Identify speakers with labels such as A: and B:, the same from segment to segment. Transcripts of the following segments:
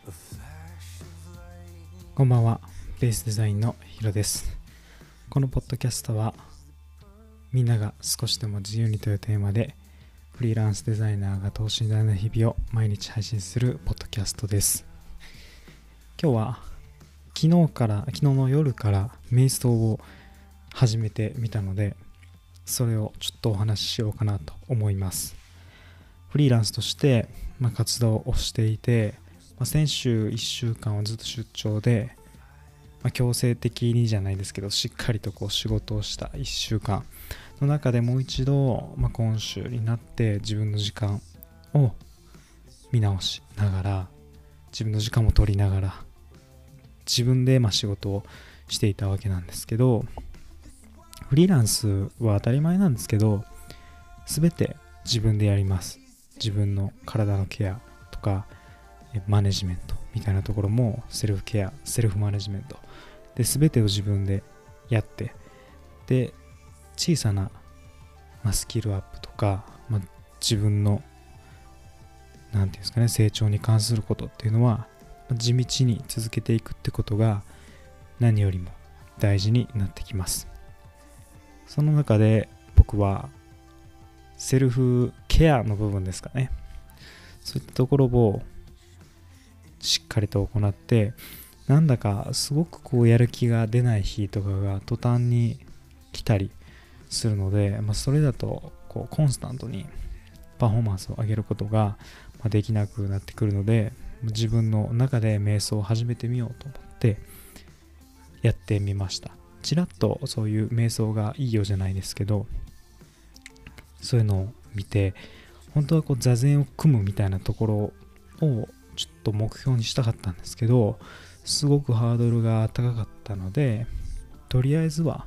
A: こんばんは。ベースデザインのヒロです。このポッドキャストはみんなが少しでも自由にというテーマでフリーランスデザイナーが等身大の日々を毎日配信するポッドキャストです。今日は昨日の夜から瞑想を始めてみたので、それをちょっとお話ししようかなと思います。フリーランスとして活動をしていて、先週1週間はずっと出張で、強制的にじゃないですけどしっかりと仕事をした1週間の中でもう一度、今週になって自分の時間を見直しながら、自分の時間も取りながら自分で仕事をしていたわけなんですけど、フリーランスは当たり前なんですけど全て自分でやります。自分の体のケアとかマネジメントみたいなところもセルフケア、セルフマネジメントで全てを自分でやって、で小さな、スキルアップとか、自分のなんていうんですかね、成長に関することっていうのは地道に続けていくってことが何よりも大事になってきます。その中で僕はセルフケアの部分ですかね、そういったところをしっかりと行って、なんだかすごくやる気が出ない日とかが途端に来たりするので、それだとコンスタントにパフォーマンスを上げることができなくなってくるので、自分の中で瞑想を始めてみようと思ってやってみました。ちらっとそういう瞑想がいいようじゃないですけど、そういうのを見て、本当は座禅を組むみたいなところをちょっと目標にしたかったんですけど、すごくハードルが高かったので、とりあえずは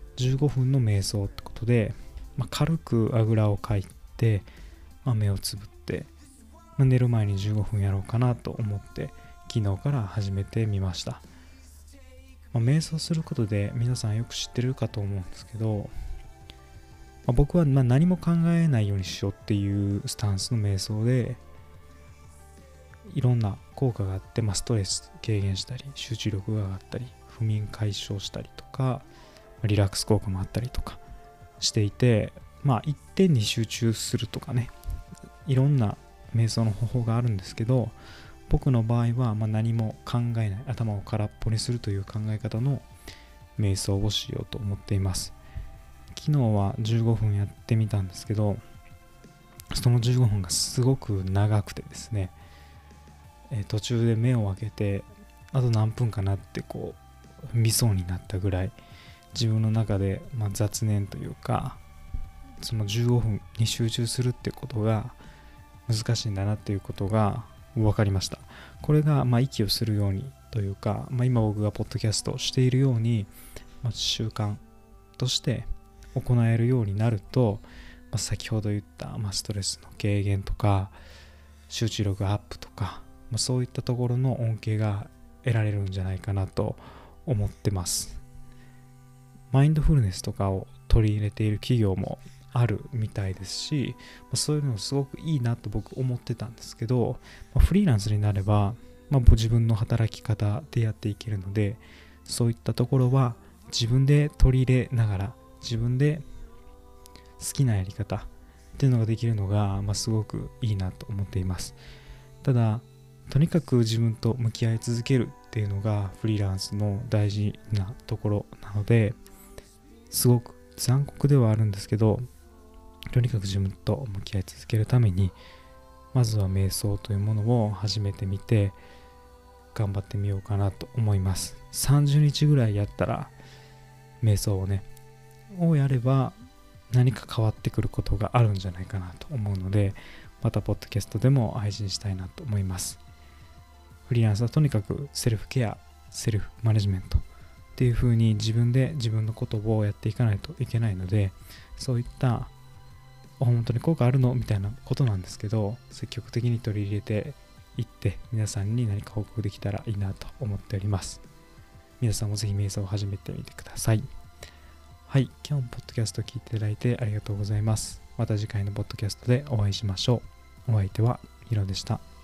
A: 15分の瞑想ってことで、軽くあぐらをかいて、目をつぶって、寝る前に15分やろうかなと思って昨日から始めてみました。瞑想することで皆さんよく知ってるかと思うんですけど、僕は何も考えないようにしようっていうスタンスの瞑想で、いろんな効果があって、ストレス軽減したり、集中力が上がったり、不眠解消したりとか、リラックス効果もあったりとかしていて、一点に集中するとかね、いろんな瞑想の方法があるんですけど、僕の場合は何も考えない、頭を空っぽにするという考え方の瞑想をしようと思っています。昨日は15分やってみたんですけど、その15分がすごく長くてですね、途中で目を開けてあと何分かなって見そうになったぐらい、自分の中で雑念というか、その15分に集中するってことが難しいんだなっていうことが分かりました。これが息をするようにというか、今僕がポッドキャストをしているように、習慣として行えるようになると、先ほど言った、ストレスの軽減とか集中力アップとか、そういったところの恩恵が得られるんじゃないかなと思ってます。マインドフルネスとかを取り入れている企業もあるみたいですし、そういうのすごくいいなと僕思ってたんですけど、フリーランスになれば、自分の働き方でやっていけるので、そういったところは自分で取り入れながら、自分で好きなやり方っていうのができるのが、すごくいいなと思っています。ただとにかく自分と向き合い続けるっていうのがフリーランスの大事なところなので、すごく残酷ではあるんですけど、とにかく自分と向き合い続けるために、まずは瞑想というものを始めてみて頑張ってみようかなと思います。30日ぐらいやったら、瞑想をやれば何か変わってくることがあるんじゃないかなと思うので、またポッドキャストでも配信したいなと思います。フリーランスはとにかくセルフケア、セルフマネジメントっていう風に自分で自分のことをやっていかないといけないので、そういった本当に効果あるのみたいなことなんですけど、積極的に取り入れていって皆さんに何か報告できたらいいなと思っております。皆さんもぜひ瞑想を始めてみてください。はい、今日もポッドキャストを聞いていただいてありがとうございます。また次回のポッドキャストでお会いしましょう。お相手はヒロでした。